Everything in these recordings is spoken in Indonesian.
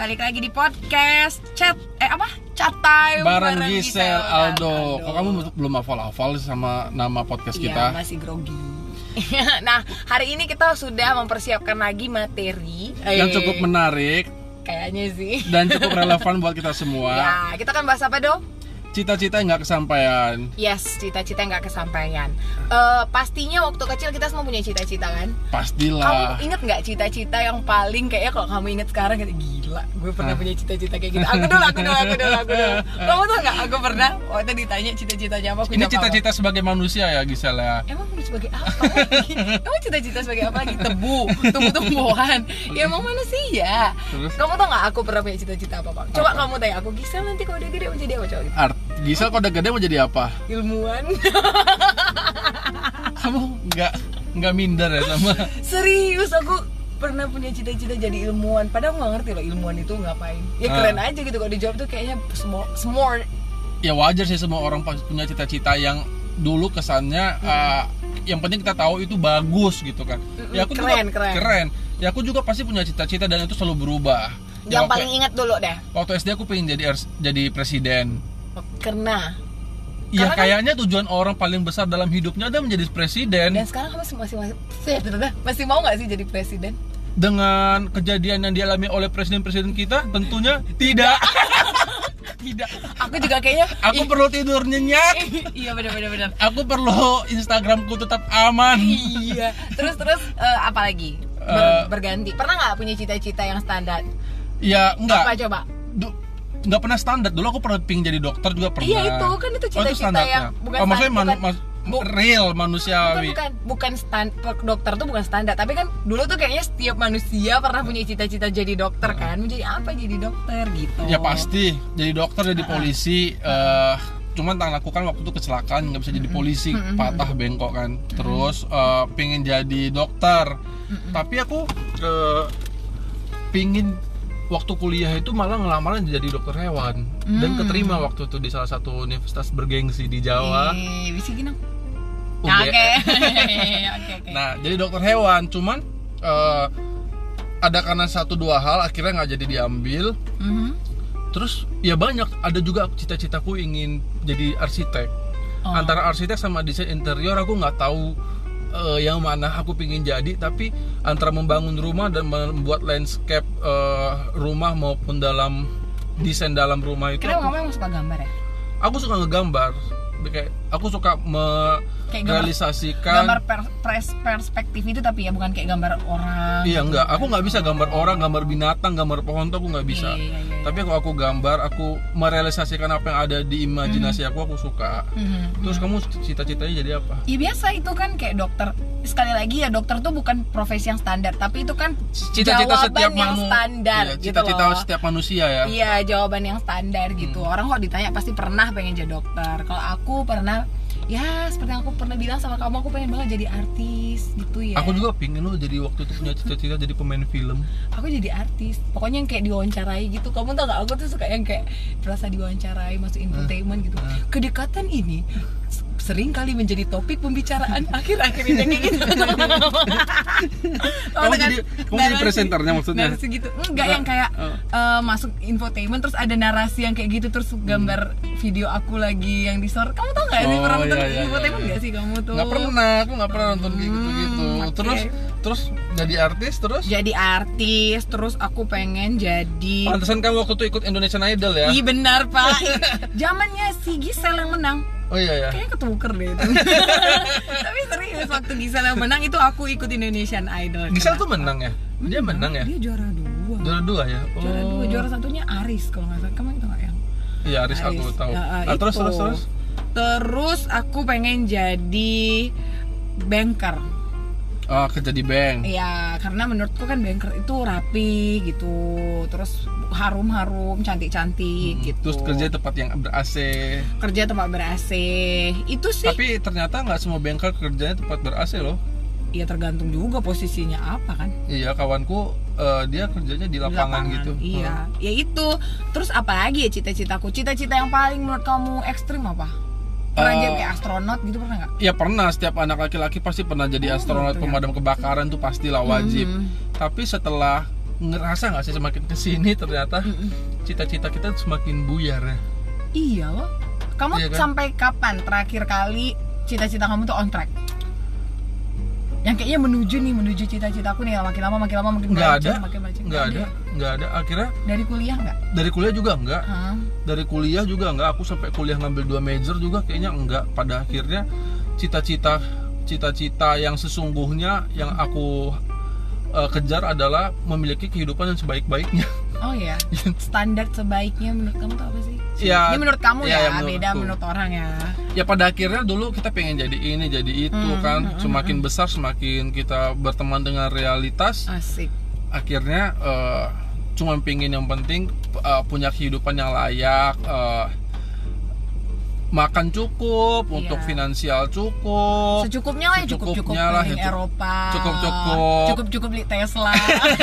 balik lagi di podcast Chat Time bareng Gisel Aldo. Kok kamu belum hafal sama nama podcast kita? Iya, masih grogi. Nah, hari ini kita sudah mempersiapkan lagi materi yang cukup menarik kayaknya sih. Dan cukup relevan buat kita semua. Ya, kita akan bahas apa, Do? Cita-cita yang gak kesampaian. Yes, cita-cita yang gak kesampaian. Pastinya waktu kecil kita semua punya cita-cita kan? Pastilah. Kamu inget gak cita-cita yang paling kayaknya kalau kamu inget sekarang kayak gila, gue pernah punya cita-cita kayak gitu. Aku dulu. Kamu tau gak? Aku pernah waktu ditanya cita-citanya apa. Ini cita-cita sebagai manusia ya, Gisel ya. Emang sebagai apa lagi? Emang cita-cita sebagai apa lagi? Tumbuh-tumbuhan. Ya emang manusia. Terus? Kamu tau gak aku pernah punya cita-cita apa, Bang? Coba kamu tanya aku, Gisel nanti kalau udah gede mau jadi apa, coba gitu. Gisel kalau udah gede mau jadi apa? Ilmuwan. Kamu nggak minder ya sama? Serius, aku pernah punya cita-cita jadi ilmuwan. Padahal aku nggak ngerti loh ilmuwan itu ngapain. Ya keren aja gitu kalau dijawab tuh kayaknya smart. Ya wajar sih, semua orang punya cita-cita yang dulu kesannya yang penting kita tahu itu bagus gitu kan. Ya aku keren. Ya aku juga pasti punya cita-cita dan itu selalu berubah. Yang paling ingat dulu deh. Waktu SD aku pengen jadi presiden. Karena kayaknya tujuan orang paling besar dalam hidupnya adalah menjadi presiden. Dan sekarang kamu masih mau nggak sih jadi presiden? Dengan kejadian yang dialami oleh presiden-presiden kita, tentunya tidak. Tidak. Aku juga kayaknya. Aku perlu tidur nyenyak. Iya benar. Aku perlu Instagramku tetap aman. Iya. Terus apa lagi? Berganti. Pernah nggak punya cita-cita yang standar? Ya enggak. Apa coba? Nggak pernah standar. Dulu aku pernah pengen jadi dokter juga pernah. Iya itu cita-cita yang bukan maksudnya real manusiawi. Bukan dokter tuh bukan standar. Tapi kan dulu tuh kayaknya setiap manusia pernah punya cita-cita jadi dokter kan. Menjadi apa jadi dokter gitu. Ya pasti jadi dokter, jadi polisi. Cuman aku kan waktu itu kecelakaan nggak bisa jadi polisi, patah bengkok kan. Terus pengen jadi dokter. Tapi aku pingin waktu kuliah itu malah ngelamar jadi dokter hewan dan keterima waktu itu di salah satu universitas bergengsi di Jawa. Bisa gini. Oke. Nah, jadi dokter hewan, cuman ada karena 1-2 hal akhirnya nggak jadi diambil. Terus ya banyak, ada juga cita-citaku ingin jadi arsitek. Antara arsitek sama desain interior aku nggak tahu yang mana aku pingin jadi, tapi antara membangun rumah dan membuat landscape rumah maupun dalam desain dalam rumah itu. Karena kamu emang suka gambar ya? Aku suka ngegambar, kayak aku suka merealisasikan gambar perspektif itu, tapi ya bukan kayak gambar orang. Iya enggak, aku nggak bisa gambar orang, gambar binatang, gambar pohon tuh aku nggak bisa. Iya. Tapi kalau aku gambar, aku merealisasikan apa yang ada di imajinasi aku suka. Terus kamu cita-citanya jadi apa? Ya biasa itu kan kayak dokter. Sekali lagi ya, dokter tuh bukan profesi yang standar, tapi itu kan cita-cita jawaban yang standar. Iya, gitu cita-cita loh. setiap manusia ya. Iya, jawaban yang standar gitu. Orang kok ditanya pasti pernah pengen jadi dokter. Kalau aku pernah, ya seperti yang aku pernah bilang sama kamu, aku pengen banget jadi artis gitu ya. Aku juga pengen loh jadi waktu itu punya cita-cita jadi pemain film. Aku jadi artis, pokoknya yang kayak diwawancarai gitu. Kamu tau gak, aku tuh suka yang kayak merasa diwawancarai, masuk infotainment gitu. Kedekatan ini sering kali menjadi topik pembicaraan akhir-akhir ini kayak gitu. Kamu jadi presenternya maksudnya? Narasi gitu. Enggak yang kayak masuk infotainment terus ada narasi yang kayak gitu, terus gambar video aku lagi yang disor. Kamu tau gak sih pernah nonton infotainment gak sih kamu tuh? Nggak pernah, aku nggak pernah nonton kayak gitu-gitu. Okay. Terus jadi artis terus? Jadi artis, terus aku pengen jadi. Pantesan kamu waktu itu ikut Indonesian Idol ya? Iya benar Pak. Zamannya si Gisel yang menang. Oh iya. Kayaknya ketuker deh itu. Tapi serius, waktu Gisel yang menang itu aku ikut Indonesian Idol. Gisel tuh menang ya? Dia menang ya? Dia juara 2. Juara 2 ya? Oh. Juara 2, juara satunya Aris kalau nggak salah. Kamu itu nggak yang? Iya Aris aku tahu. Terus aku pengen jadi banker. Kerja di bank. Iya, karena menurutku kan banker itu rapi gitu, terus harum-harum, cantik-cantik gitu. Terus kerja tempat yang ber-AC. Kerja tempat ber-AC, itu sih. Tapi ternyata nggak semua banker kerjanya tempat ber-AC loh. Iya, tergantung juga posisinya apa kan. Iya, kawanku dia kerjanya di lapangan gitu. Iya, ya itu. Terus apa lagi ya cita-citaku? Cita-cita yang paling menurut kamu ekstrim apa? Pernah jadi kayak astronot gitu, pernah nggak? Ya pernah, setiap anak laki-laki pasti pernah jadi astronot, pemadam kebakaran tuh pastilah wajib. Tapi setelah ngerasa nggak sih semakin kesini ternyata cita-cita kita semakin buyar ya? Iya loh. Kamu Iya kan? sampai kapan terakhir kali cita-cita kamu tuh on track? Yang kayaknya menuju cita-citaku nih, makin lama makin Nggak melenceng, ada, makin melenceng. nggak ada. Akhirnya Dari kuliah nggak? dari kuliah juga nggak. Hah? Dari kuliah juga nggak. Aku sampai kuliah ngambil 2 major juga kayaknya enggak. Pada akhirnya cita-cita yang sesungguhnya yang aku kejar adalah memiliki kehidupan yang sebaik-baiknya. Oh ya, standar sebaiknya menurut kamu tuh apa sih? Ya, ini menurut kamu ya, menurutku. beda menurut orang ya. Ya pada akhirnya dulu kita pengen jadi ini, jadi itu kan. Semakin besar semakin kita berteman dengan realitas. Asik. Akhirnya cuma pengen yang penting punya kehidupan yang layak, makan cukup, untuk finansial cukup, Secukupnya lah, secukupnya lah, keliling Eropa, cukup beli Tesla,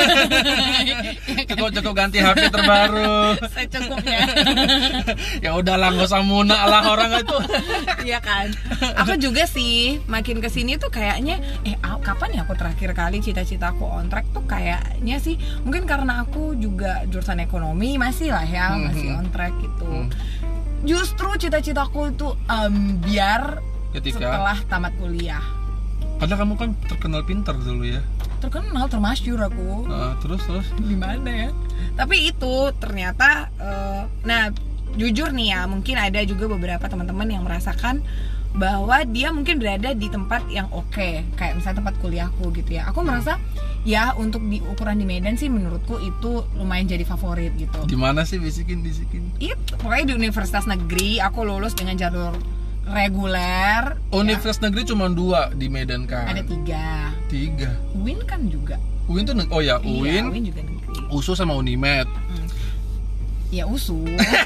cukup ganti HP terbaru, secukupnya. Ya udahlah, nggak usah munak lah orang itu. Iya kan. Aku juga sih makin kesini tuh kayaknya kapan ya aku terakhir kali cita-citaku on track tuh kayaknya sih mungkin karena aku juga jurusan ekonomi masih lah ya, masih on track gitu. Justru cita-citaku itu biar Ketika setelah tamat kuliah. Karena kamu kan terkenal pintar dulu ya. Terkenal, termasyur aku. Terus Gimana ya? Tapi itu ternyata nah jujur nih ya, mungkin ada juga beberapa teman-teman yang merasakan bahwa dia mungkin berada di tempat yang oke, kayak misalnya tempat kuliahku gitu ya. Aku merasa ya untuk di ukuran di Medan sih menurutku itu lumayan jadi favorit gitu. Di mana sih, bisikin? Itu pokoknya di universitas negeri, aku lulus dengan jalur reguler. Universitas negeri cuma 2 di Medan kan? Ada 3. UIN kan juga. UIN tuh Iya, UIN juga negeri. USU sama Unimed. Ya USU.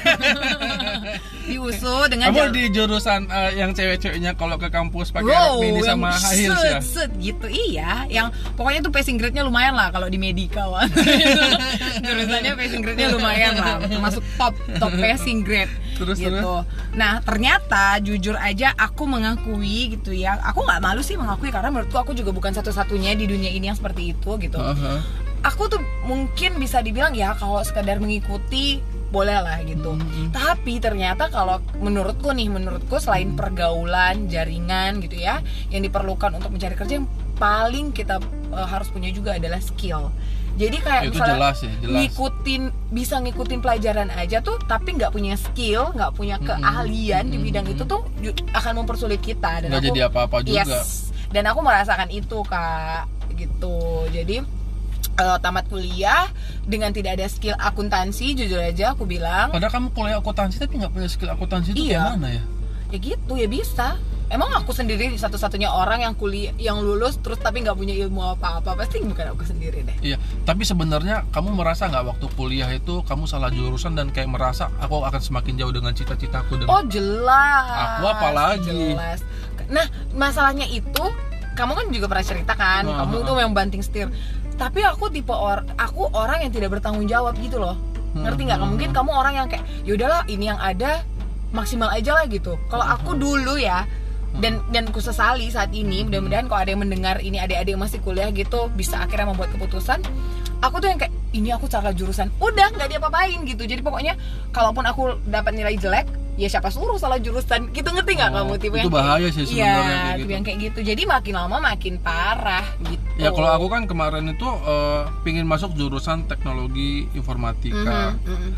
Di USU dengan kamu di jurusan yang cewek-ceweknya kalau ke kampus pakai rok mini sama high heels ya? Gitu, iya. Yang pokoknya tuh passing grade-nya lumayan lah kalau di Medika. Jurusannya passing grade-nya lumayan lah, termasuk top passing grade. Terus. Nah ternyata jujur aja aku mengakui gitu ya. Aku nggak malu sih mengakui karena menurutku aku juga bukan satu-satunya di dunia ini yang seperti itu gitu. Aku tuh mungkin bisa dibilang ya kalau sekedar mengikuti boleh lah gitu. Tapi ternyata kalau menurutku selain pergaulan, jaringan gitu ya, yang diperlukan untuk mencari kerja yang paling kita harus punya juga adalah skill. Jadi kayak itu misalnya jelas. bisa ngikutin pelajaran aja tuh, tapi nggak punya skill, nggak punya keahlian di bidang itu tuh akan mempersulit kita. Dan nggak jadi apa-apa juga. Yes. Dan aku merasakan itu Kak, gitu. Jadi tamat kuliah dengan tidak ada skill akuntansi, jujur aja aku bilang. Padahal kamu kuliah akuntansi tapi nggak punya skill akuntansi itu gimana ya? Ya gitu, ya bisa. Emang aku sendiri satu-satunya orang yang kuliah, yang lulus terus tapi nggak punya ilmu apa-apa? Pasti bukan aku sendiri deh. Iya, tapi sebenarnya kamu merasa nggak waktu kuliah itu kamu salah jurusan dan kayak merasa aku akan semakin jauh dengan cita-citaku? Oh jelas. Aku apalagi? Jelas. Nah masalahnya itu, kamu kan juga pernah cerita kan, kamu tuh yang banting setir. Tapi aku aku orang yang tidak bertanggung jawab gitu loh. Ngerti nggak? Mungkin kamu orang yang kayak yaudahlah ini yang ada maksimal aja lah gitu. Kalau aku dulu ya, dan ku sesali saat ini, mudah-mudahan kalau ada yang mendengar ini, adik-adik masih kuliah gitu bisa akhirnya membuat keputusan. Aku tuh yang kayak ini aku salah jurusan, udah nggak diapa-apain gitu. Jadi pokoknya kalaupun aku dapat nilai jelek, ya siapa suruh salah jurusan gitu, ngerti nggak kamu? Tipe itu yang bahaya sih sebenarnya kayak gitu. Yang kayak gitu. Jadi makin lama makin parah gitu. Ya kalau aku kan kemarin itu pingin masuk jurusan teknologi informatika.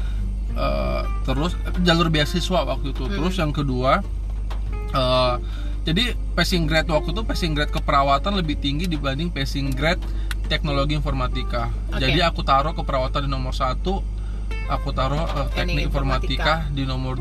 Terus jalur beasiswa waktu itu. Terus yang kedua jadi passing grade waktu itu, passing grade keperawatan lebih tinggi dibanding passing grade teknologi informatika. Jadi aku taruh keperawatan di nomor 1, aku taruh teknik informatika di nomor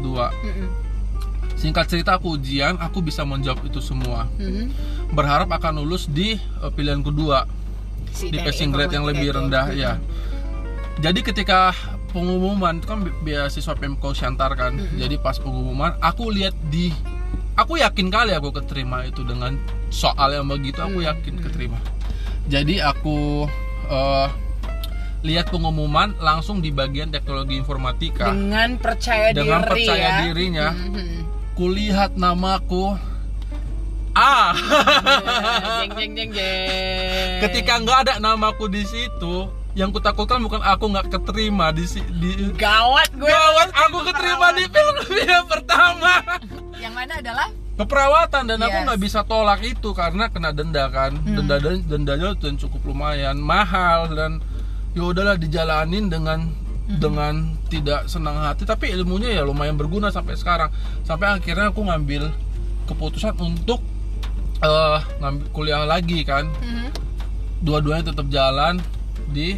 2. Singkat cerita aku ujian, aku bisa menjawab itu semua. Berharap akan lulus di pilihan kedua, di passing grade yang lebih rendah ya. Jadi ketika pengumuman itu kan beasiswa Pemko Syantar kan. Jadi pas pengumuman aku lihat aku yakin kali aku keterima itu dengan soal yang begitu, aku yakin keterima. Jadi aku lihat pengumuman langsung di bagian teknologi informatika dengan percaya dirinya. Kulihat namaku jeng. Ketika nggak ada namaku di situ, Yang kutakutkan bukan aku nggak keterima di Gawat aku keterima di film yang pertama. Yang mana adalah keperawatan, dan aku nggak bisa tolak itu karena kena denda kan. Dendanya dan cukup lumayan mahal, dan ya udahlah dijalanin dengan tidak senang hati, tapi ilmunya ya lumayan berguna sampai sekarang. Sampai akhirnya aku ngambil keputusan untuk ngambil kuliah lagi kan. Dua-duanya tetap jalan di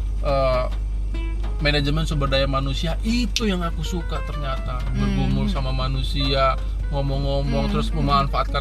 manajemen sumber daya manusia. Itu yang aku suka ternyata, bergumul sama manusia, ngomong-ngomong, terus memanfaatkan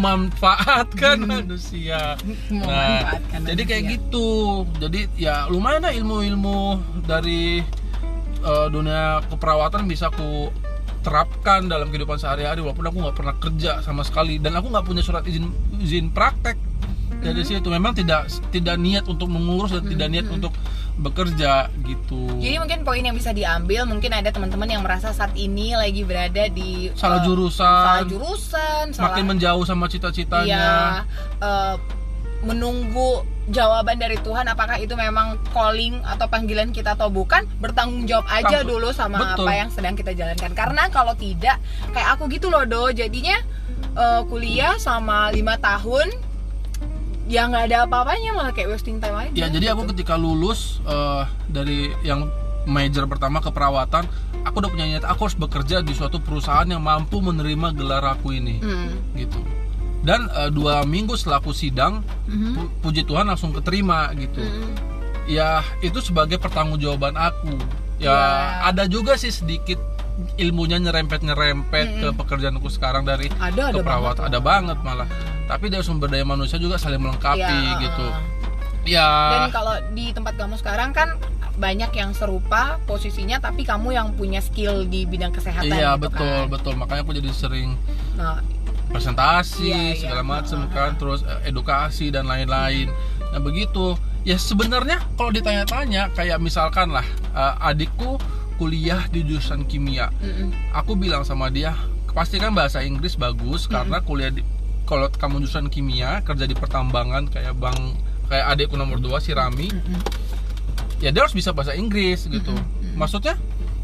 manusia. Nah, jadi kayak gitu. Jadi ya lumayan lah ilmu-ilmu dari dunia keperawatan bisa aku terapkan dalam kehidupan sehari-hari, walaupun aku nggak pernah kerja sama sekali, dan aku nggak punya surat izin praktek dari situ. Memang tidak niat untuk mengurus dan tidak niat untuk bekerja gitu. Jadi mungkin poin yang bisa diambil, mungkin ada teman-teman yang merasa saat ini lagi berada di salah jurusan, makin menjauh sama cita-citanya. Menunggu jawaban dari Tuhan apakah itu memang calling atau panggilan kita atau bukan. Bertanggung jawab aja dulu sama apa yang sedang kita jalankan. Karena kalau tidak, kayak aku gitu loh jadinya kuliah sama 5 tahun ya nggak ada apa-apanya, malah kayak wasting time aja. Ya jadi aku ketika lulus dari yang major pertama keperawatan, aku udah punya niat aku harus bekerja di suatu perusahaan yang mampu menerima gelar aku ini, gitu. Dan 2 minggu setelah aku sidang, puji Tuhan langsung keterima gitu. Ya itu sebagai pertanggungjawaban aku. Ya ada juga sih sedikit ilmunya nyerempet ke pekerjaanku sekarang dari keperawatan. Ada banget malah. Tapi dari sumber daya manusia juga saling melengkapi gitu. Ya. Dan kalau di tempat kamu sekarang kan banyak yang serupa posisinya, tapi kamu yang punya skill di bidang kesehatan. Iya gitu betul. Makanya aku jadi sering presentasi segala macam kan, terus edukasi dan lain-lain. Nah begitu. Ya sebenarnya kalau ditanya-tanya kayak misalkan lah adikku kuliah di jurusan kimia. Aku bilang sama dia, pastikan bahasa Inggris bagus karena kalau kamu jurusan kimia kerja di pertambangan kayak adikku nomor 2 si Rami. Ya dia harus bisa bahasa Inggris gitu. Maksudnya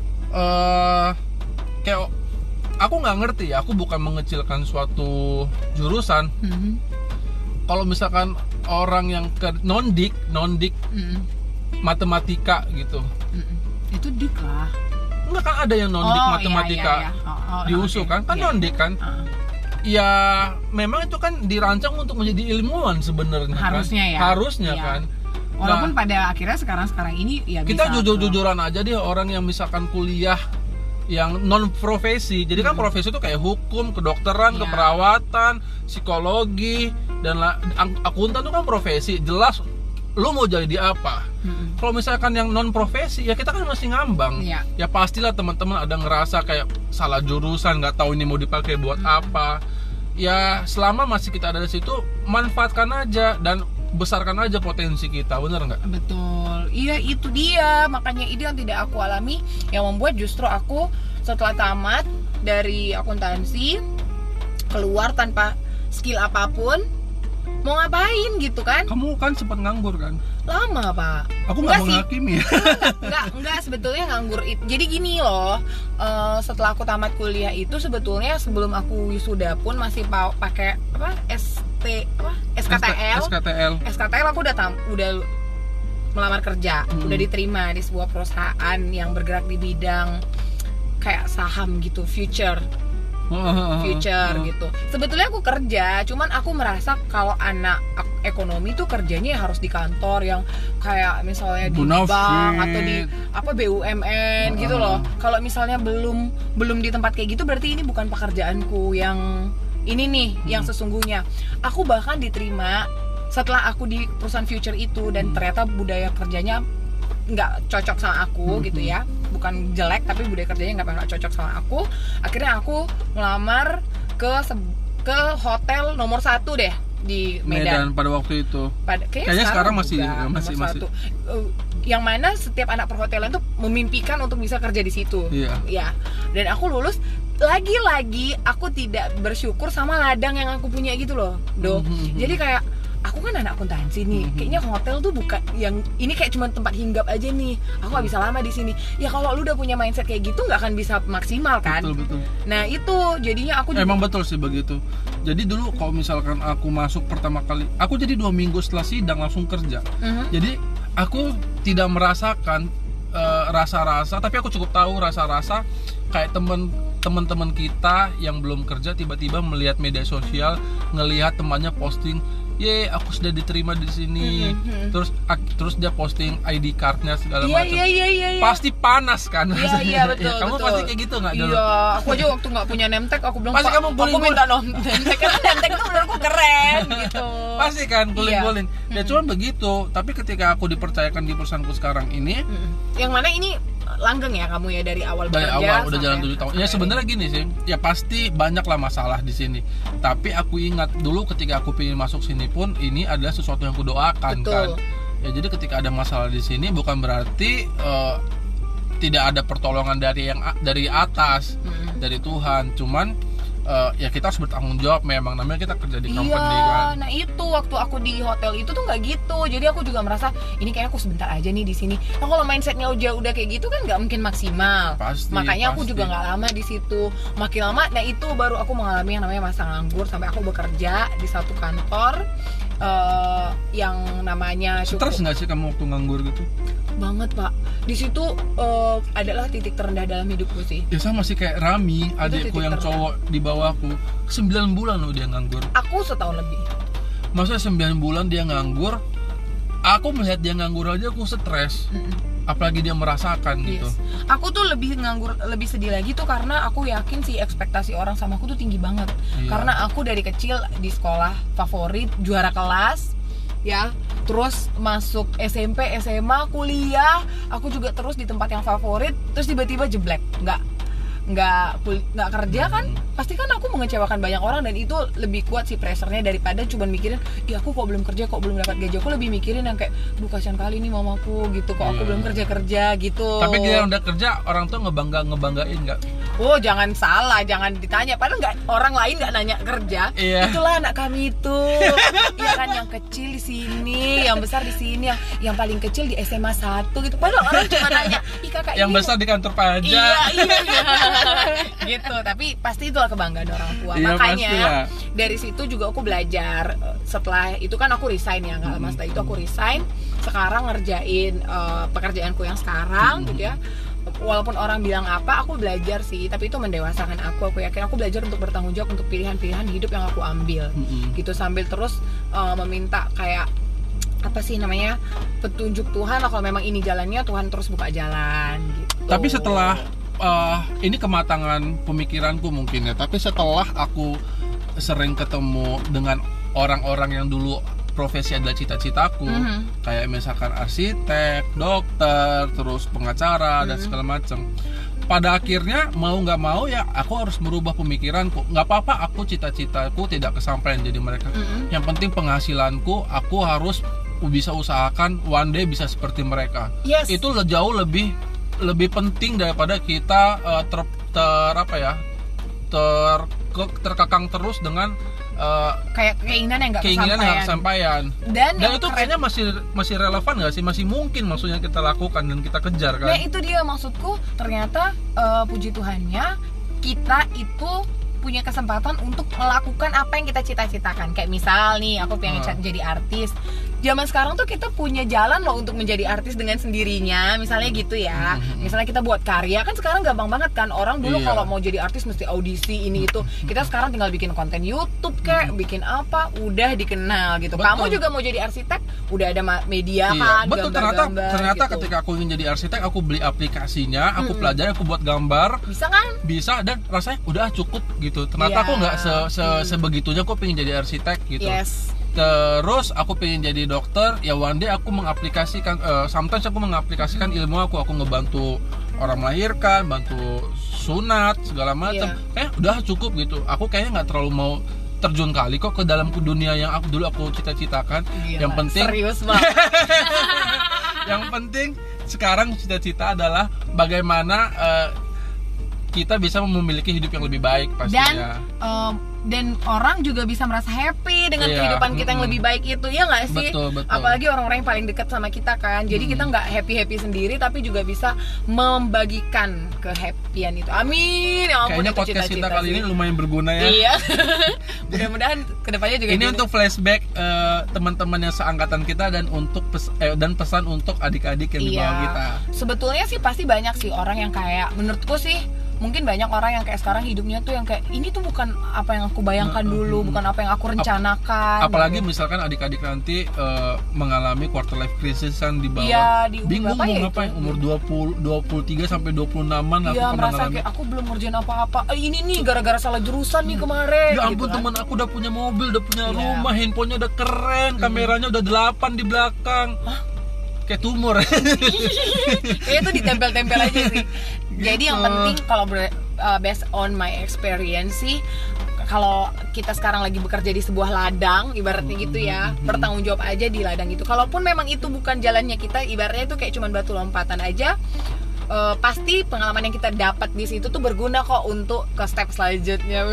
kayak aku nggak ngerti ya, aku bukan mengecilkan suatu jurusan. Kalau misalkan orang yang non-dik matematika gitu, itu dik lah. Enggak kan ada yang non-dik matematika di USU kan non-dik kan. Ya memang itu kan dirancang untuk menjadi ilmuwan sebenarnya harusnya kan. Walaupun pada akhirnya sekarang ini ya kita jujur-jujuran aja deh, orang yang misalkan kuliah yang non profesi. Jadi kan profesi itu kayak hukum, kedokteran, keperawatan, psikologi, dan akuntan itu kan profesi. Jelas lu mau jadi apa. Kalau misalkan yang non profesi ya kita kan masih ngambang. Ya pastilah teman-teman ada ngerasa kayak salah jurusan, nggak tahu ini mau dipakai buat apa. Ya selama masih kita ada di situ, manfaatkan aja dan besarkan aja potensi kita, bener nggak? Betul, iya itu dia. Makanya itu yang tidak aku alami, yang membuat justru aku setelah tamat dari akuntansi keluar tanpa skill apapun, mau ngapain gitu kan? Kamu kan sempat nganggur kan? Lama pak. Aku nggak menghakimi. Enggak sebetulnya nganggur itu. Jadi gini loh, setelah aku tamat kuliah itu sebetulnya sebelum aku wisuda pun masih pakai SKTL aku udah melamar kerja, udah diterima di sebuah perusahaan yang bergerak di bidang kayak saham gitu, future gitu. Sebetulnya aku kerja, cuman aku merasa kalau anak ekonomi tuh kerjanya harus di kantor yang kayak misalnya di bank atau di BUMN gitu loh. Kalau misalnya belum di tempat kayak gitu, berarti ini bukan pekerjaanku yang ini nih yang sesungguhnya. Aku bahkan diterima setelah aku di perusahaan future itu, dan ternyata budaya kerjanya nggak cocok sama aku gitu ya. Bukan jelek, tapi budaya kerjanya nggak cocok sama aku. Akhirnya aku melamar ke hotel nomor 1 deh di Medan pada waktu itu. Kayaknya sekarang masih. Yang mana setiap anak perhotelan tuh memimpikan untuk bisa kerja di situ. Ya. Dan aku lulus, lagi-lagi aku tidak bersyukur sama ladang yang aku punya gitu loh, Jadi kayak aku kan anak akuntansi nih, kayaknya hotel tuh bukan yang ini, kayak cuma tempat hinggap aja nih, aku gak bisa lama di sini. Ya kalau lu udah punya mindset kayak gitu nggak akan bisa maksimal kan. Betul. Nah itu jadinya aku emang betul sih begitu. Jadi dulu kalau misalkan aku masuk pertama kali, aku jadi 2 minggu setelah sidang langsung kerja. Jadi aku tidak merasakan rasa-rasa, tapi aku cukup tahu rasa-rasa kayak teman-teman kita yang belum kerja tiba-tiba melihat media sosial, ngelihat temannya posting, "Ye, aku sudah diterima di sini." Terus dia posting ID cardnya segala macam. Iya. Pasti panas kan? Iya, betul. Kamu betul. pasti kayak gitu nggak dulu? Iya, aku aja waktu nggak punya nemtek, aku bilang, Pasti "Pak, kamu aku minta nemtek." Karena nemtek itu menurutku keren gitu. Pasti kan, guling-guling. Ya cuma begitu. Tapi ketika aku dipercayakan di perusahaanku sekarang ini, yang mana ini langgeng ya kamu ya dari awal dari bekerja awal udah jalan 7 tahun. Ya sebenarnya gini sih, ya pasti banyaklah masalah di sini. Tapi aku ingat dulu ketika aku pengen masuk sini pun ini adalah sesuatu yang kudoakan. Betul. Kan. Ya jadi ketika ada masalah di sini bukan berarti tidak ada pertolongan dari atas, dari Tuhan. Cuman ya kita harus bertanggung jawab, memang namanya kita kerja di company kan. Nah itu waktu aku di hotel itu tuh nggak gitu, jadi aku juga merasa ini kayaknya aku sebentar aja nih di sini. Nah kalau mindsetnya udah kayak gitu kan nggak mungkin maksimal. Makanya aku juga nggak lama di situ. Makin lama, nah itu baru aku mengalami yang namanya masa nganggur sampai aku bekerja di satu kantor yang namanya stres nggak sih kamu waktu nganggur gitu? Banget Pak, di situ adalah titik terendah dalam hidupku sih. Ya sama sih kayak Rami, adikku yang cowok di bawahku, 9 bulan loh dia nganggur. Aku setahun lebih. Maksudnya 9 bulan dia nganggur, aku melihat dia nganggur aja aku stres. Apalagi dia merasakan gitu. Aku tuh lebih nganggur, lebih sedih lagi tuh karena aku yakin sih ekspektasi orang sama aku tuh tinggi banget. Karena aku dari kecil di sekolah favorit, juara kelas, ya. Terus masuk SMP, SMA, kuliah, aku juga terus di tempat yang favorit, terus tiba-tiba jeblek, nggak kerja kan, pasti kan aku mengecewakan banyak orang, dan itu lebih kuat sih pressure-nya daripada cuma mikirin, iya aku kok belum kerja, kok belum dapat gaji. Aku lebih mikirin yang kayak, duh kasihan kali nih mamaku gitu, kok aku belum kerja gitu. Tapi dia udah kerja, orang tuh ngebanggain nggak? Oh jangan salah, jangan ditanya, padahal orang lain nggak nanya kerja. Itulah anak kami itu, ya kan, yang kecil di sini, yang besar di sini, yang paling kecil di SMA 1 gitu. Padahal orang cuma nanya, ih kakak yang ini besar di kantor pajak. Iya. Gitu, tapi pasti itulah kebanggaan orang tua. Makanya dari situ juga aku belajar. Setelah itu kan aku resign ya, nggak lama setelah itu aku resign. Sekarang ngerjain pekerjaanku yang sekarang gitu ya. Walaupun orang bilang apa, aku belajar sih, tapi itu mendewasakan aku. Aku yakin aku belajar untuk bertanggung jawab untuk pilihan-pilihan hidup yang aku ambil. Gitu, sambil terus meminta kayak apa sih namanya, petunjuk Tuhan lah, kalau memang ini jalannya, Tuhan terus buka jalan gitu. Tapi setelah ini kematangan pemikiranku mungkin ya, tapi setelah aku sering ketemu dengan orang-orang yang dulu profesi adalah cita-citaku, kayak misalkan arsitek, dokter, terus pengacara dan segala macam. Pada akhirnya mau nggak mau ya aku harus merubah pemikiranku. Nggak apa-apa aku cita-citaku tidak kesampaian jadi mereka. Yang penting penghasilanku aku harus bisa usahakan one day bisa seperti mereka. Itu jauh lebih penting daripada kita terkekang terus dengan kayak keinginan yang nggak kesampaian. Dan itu kayaknya masih relevan nggak sih, masih mungkin maksudnya kita lakukan dan kita kejar kan. Nah itu dia maksudku, ternyata puji Tuhannya kita itu punya kesempatan untuk melakukan apa yang kita cita-citakan. Kayak misal nih, aku pengen jadi artis. Zaman sekarang tuh kita punya jalan loh untuk menjadi artis dengan sendirinya. Misalnya gitu ya. Misalnya kita buat karya, kan sekarang gampang banget kan. Orang dulu kalau mau jadi artis mesti audisi ini itu. Kita sekarang tinggal bikin konten YouTube kayak, bikin apa, udah dikenal gitu. Betul. Kamu juga mau jadi arsitek, udah ada media kan. Betul, ternyata gitu. Ketika aku ingin jadi arsitek, aku beli aplikasinya, aku pelajari, aku buat gambar. Bisa kan? Bisa, dan rasanya udah cukup gitu. Ternyata aku nggak sebegitunya aku pengen jadi arsitek gitu. Terus aku pengen jadi dokter, ya one day aku mengaplikasikan, sometimes aku mengaplikasikan ilmu aku ngebantu orang melahirkan, bantu sunat segala macam. Udah cukup gitu. Aku kayaknya nggak terlalu mau terjun kali kok ke dalam dunia yang dulu aku cita-citakan. Yang penting serius banget. Yang penting sekarang cita-cita adalah bagaimana kita bisa memiliki hidup yang lebih baik pastinya. Dan orang juga bisa merasa happy dengan kehidupan kita yang lebih baik itu, ya nggak sih? Betul. Apalagi orang-orang yang paling dekat sama kita kan. Jadi kita nggak happy sendiri, tapi juga bisa membagikan kehappyan itu. Amin. Ya ampun, kayaknya itu podcast cita-cita kita kali ini lumayan berguna ya. Iya. Mudah-mudahan kedepannya juga ini untuk flashback teman-teman yang seangkatan kita, dan untuk dan pesan untuk adik-adik yang di bawah kita. Sebetulnya sih pasti banyak sih orang yang kayak, menurutku sih mungkin banyak orang yang kayak sekarang hidupnya tuh yang kayak ini tuh bukan apa yang aku bayangkan dulu, bukan apa yang aku rencanakan. Apalagi misalkan adik-adik nanti mengalami quarter life crisis kan di bawah. Di bingung mau ngapain umur 23 sampai 26-an aku pernah merasa ngalamin. kayak aku belum ngerjain apa-apa. Ini nih gara-gara salah jurusan nih kemarin. Ya ampun, gitu kan. teman aku udah punya mobil, udah punya rumah, handphonenya udah keren, kameranya udah 8 di belakang. Kayak tumor. Kayaknya tuh ditempel-tempel aja sih. Jadi yang penting kalau based on my experience sih, kalau kita sekarang lagi bekerja di sebuah ladang, ibaratnya gitu ya, bertanggung jawab aja di ladang itu. Kalaupun memang itu bukan jalannya kita, ibaratnya itu kayak cuman batu lompatan aja, pasti pengalaman yang kita dapat di situ tuh berguna kok untuk ke step selanjutnya.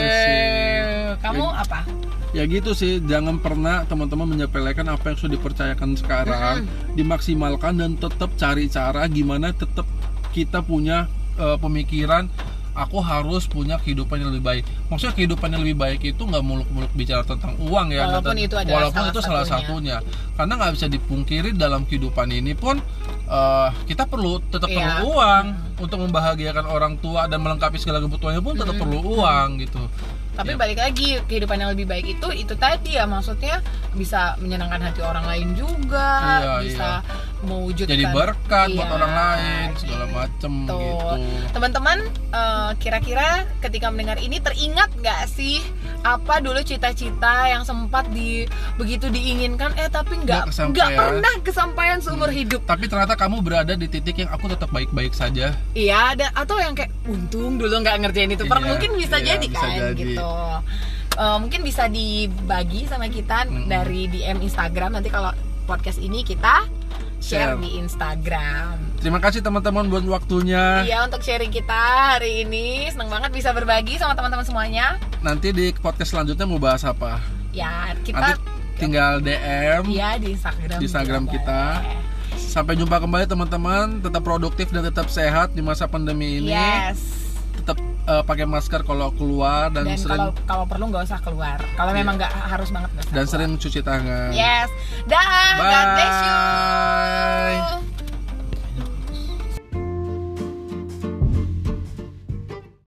Kamu apa? Ya gitu sih, jangan pernah teman-teman menyepelekan apa yang sudah dipercayakan sekarang, dimaksimalkan dan tetap cari cara gimana tetap kita punya pemikiran aku harus punya kehidupan yang lebih baik. Maksudnya kehidupan yang lebih baik itu nggak muluk-muluk bicara tentang uang ya, walaupun itu salah satunya. Karena nggak bisa dipungkiri dalam kehidupan ini pun kita tetap perlu uang untuk membahagiakan orang tua dan melengkapi segala kebutuhannya pun tetap perlu uang gitu. Tapi balik lagi, kehidupan yang lebih baik itu tadi ya, maksudnya bisa menyenangkan hati orang lain juga, bisa mewujudkan jadi berkat buat orang lain segala macem gitu. Teman-teman, kira-kira ketika mendengar ini teringat nggak sih apa dulu cita-cita yang sempat begitu diinginkan tapi nggak pernah kesampaian seumur hidup. Tapi ternyata kamu berada di titik yang aku tetap baik-baik saja. Iya, atau yang kayak untung dulu nggak ngerjain itu. Mungkin bisa jadi kan gitu. Mungkin bisa dibagi sama kita dari DM Instagram. Nanti kalau podcast ini kita share di Instagram. Terima kasih teman-teman buat waktunya. Iya, untuk sharing kita hari ini. Senang banget bisa berbagi sama teman-teman semuanya. Nanti di podcast selanjutnya mau bahas apa? Ya, kita nanti tinggal DM. Iya, di Instagram kita. Sampai jumpa kembali teman-teman. Tetap produktif dan tetap sehat di masa pandemi ini. Yes. Tetap pakai masker kalau keluar dan sering kalau perlu nggak usah keluar. Kalau memang nggak harus banget nggak usah dan keluar. Sering cuci tangan. Yes. Dah. God bless you.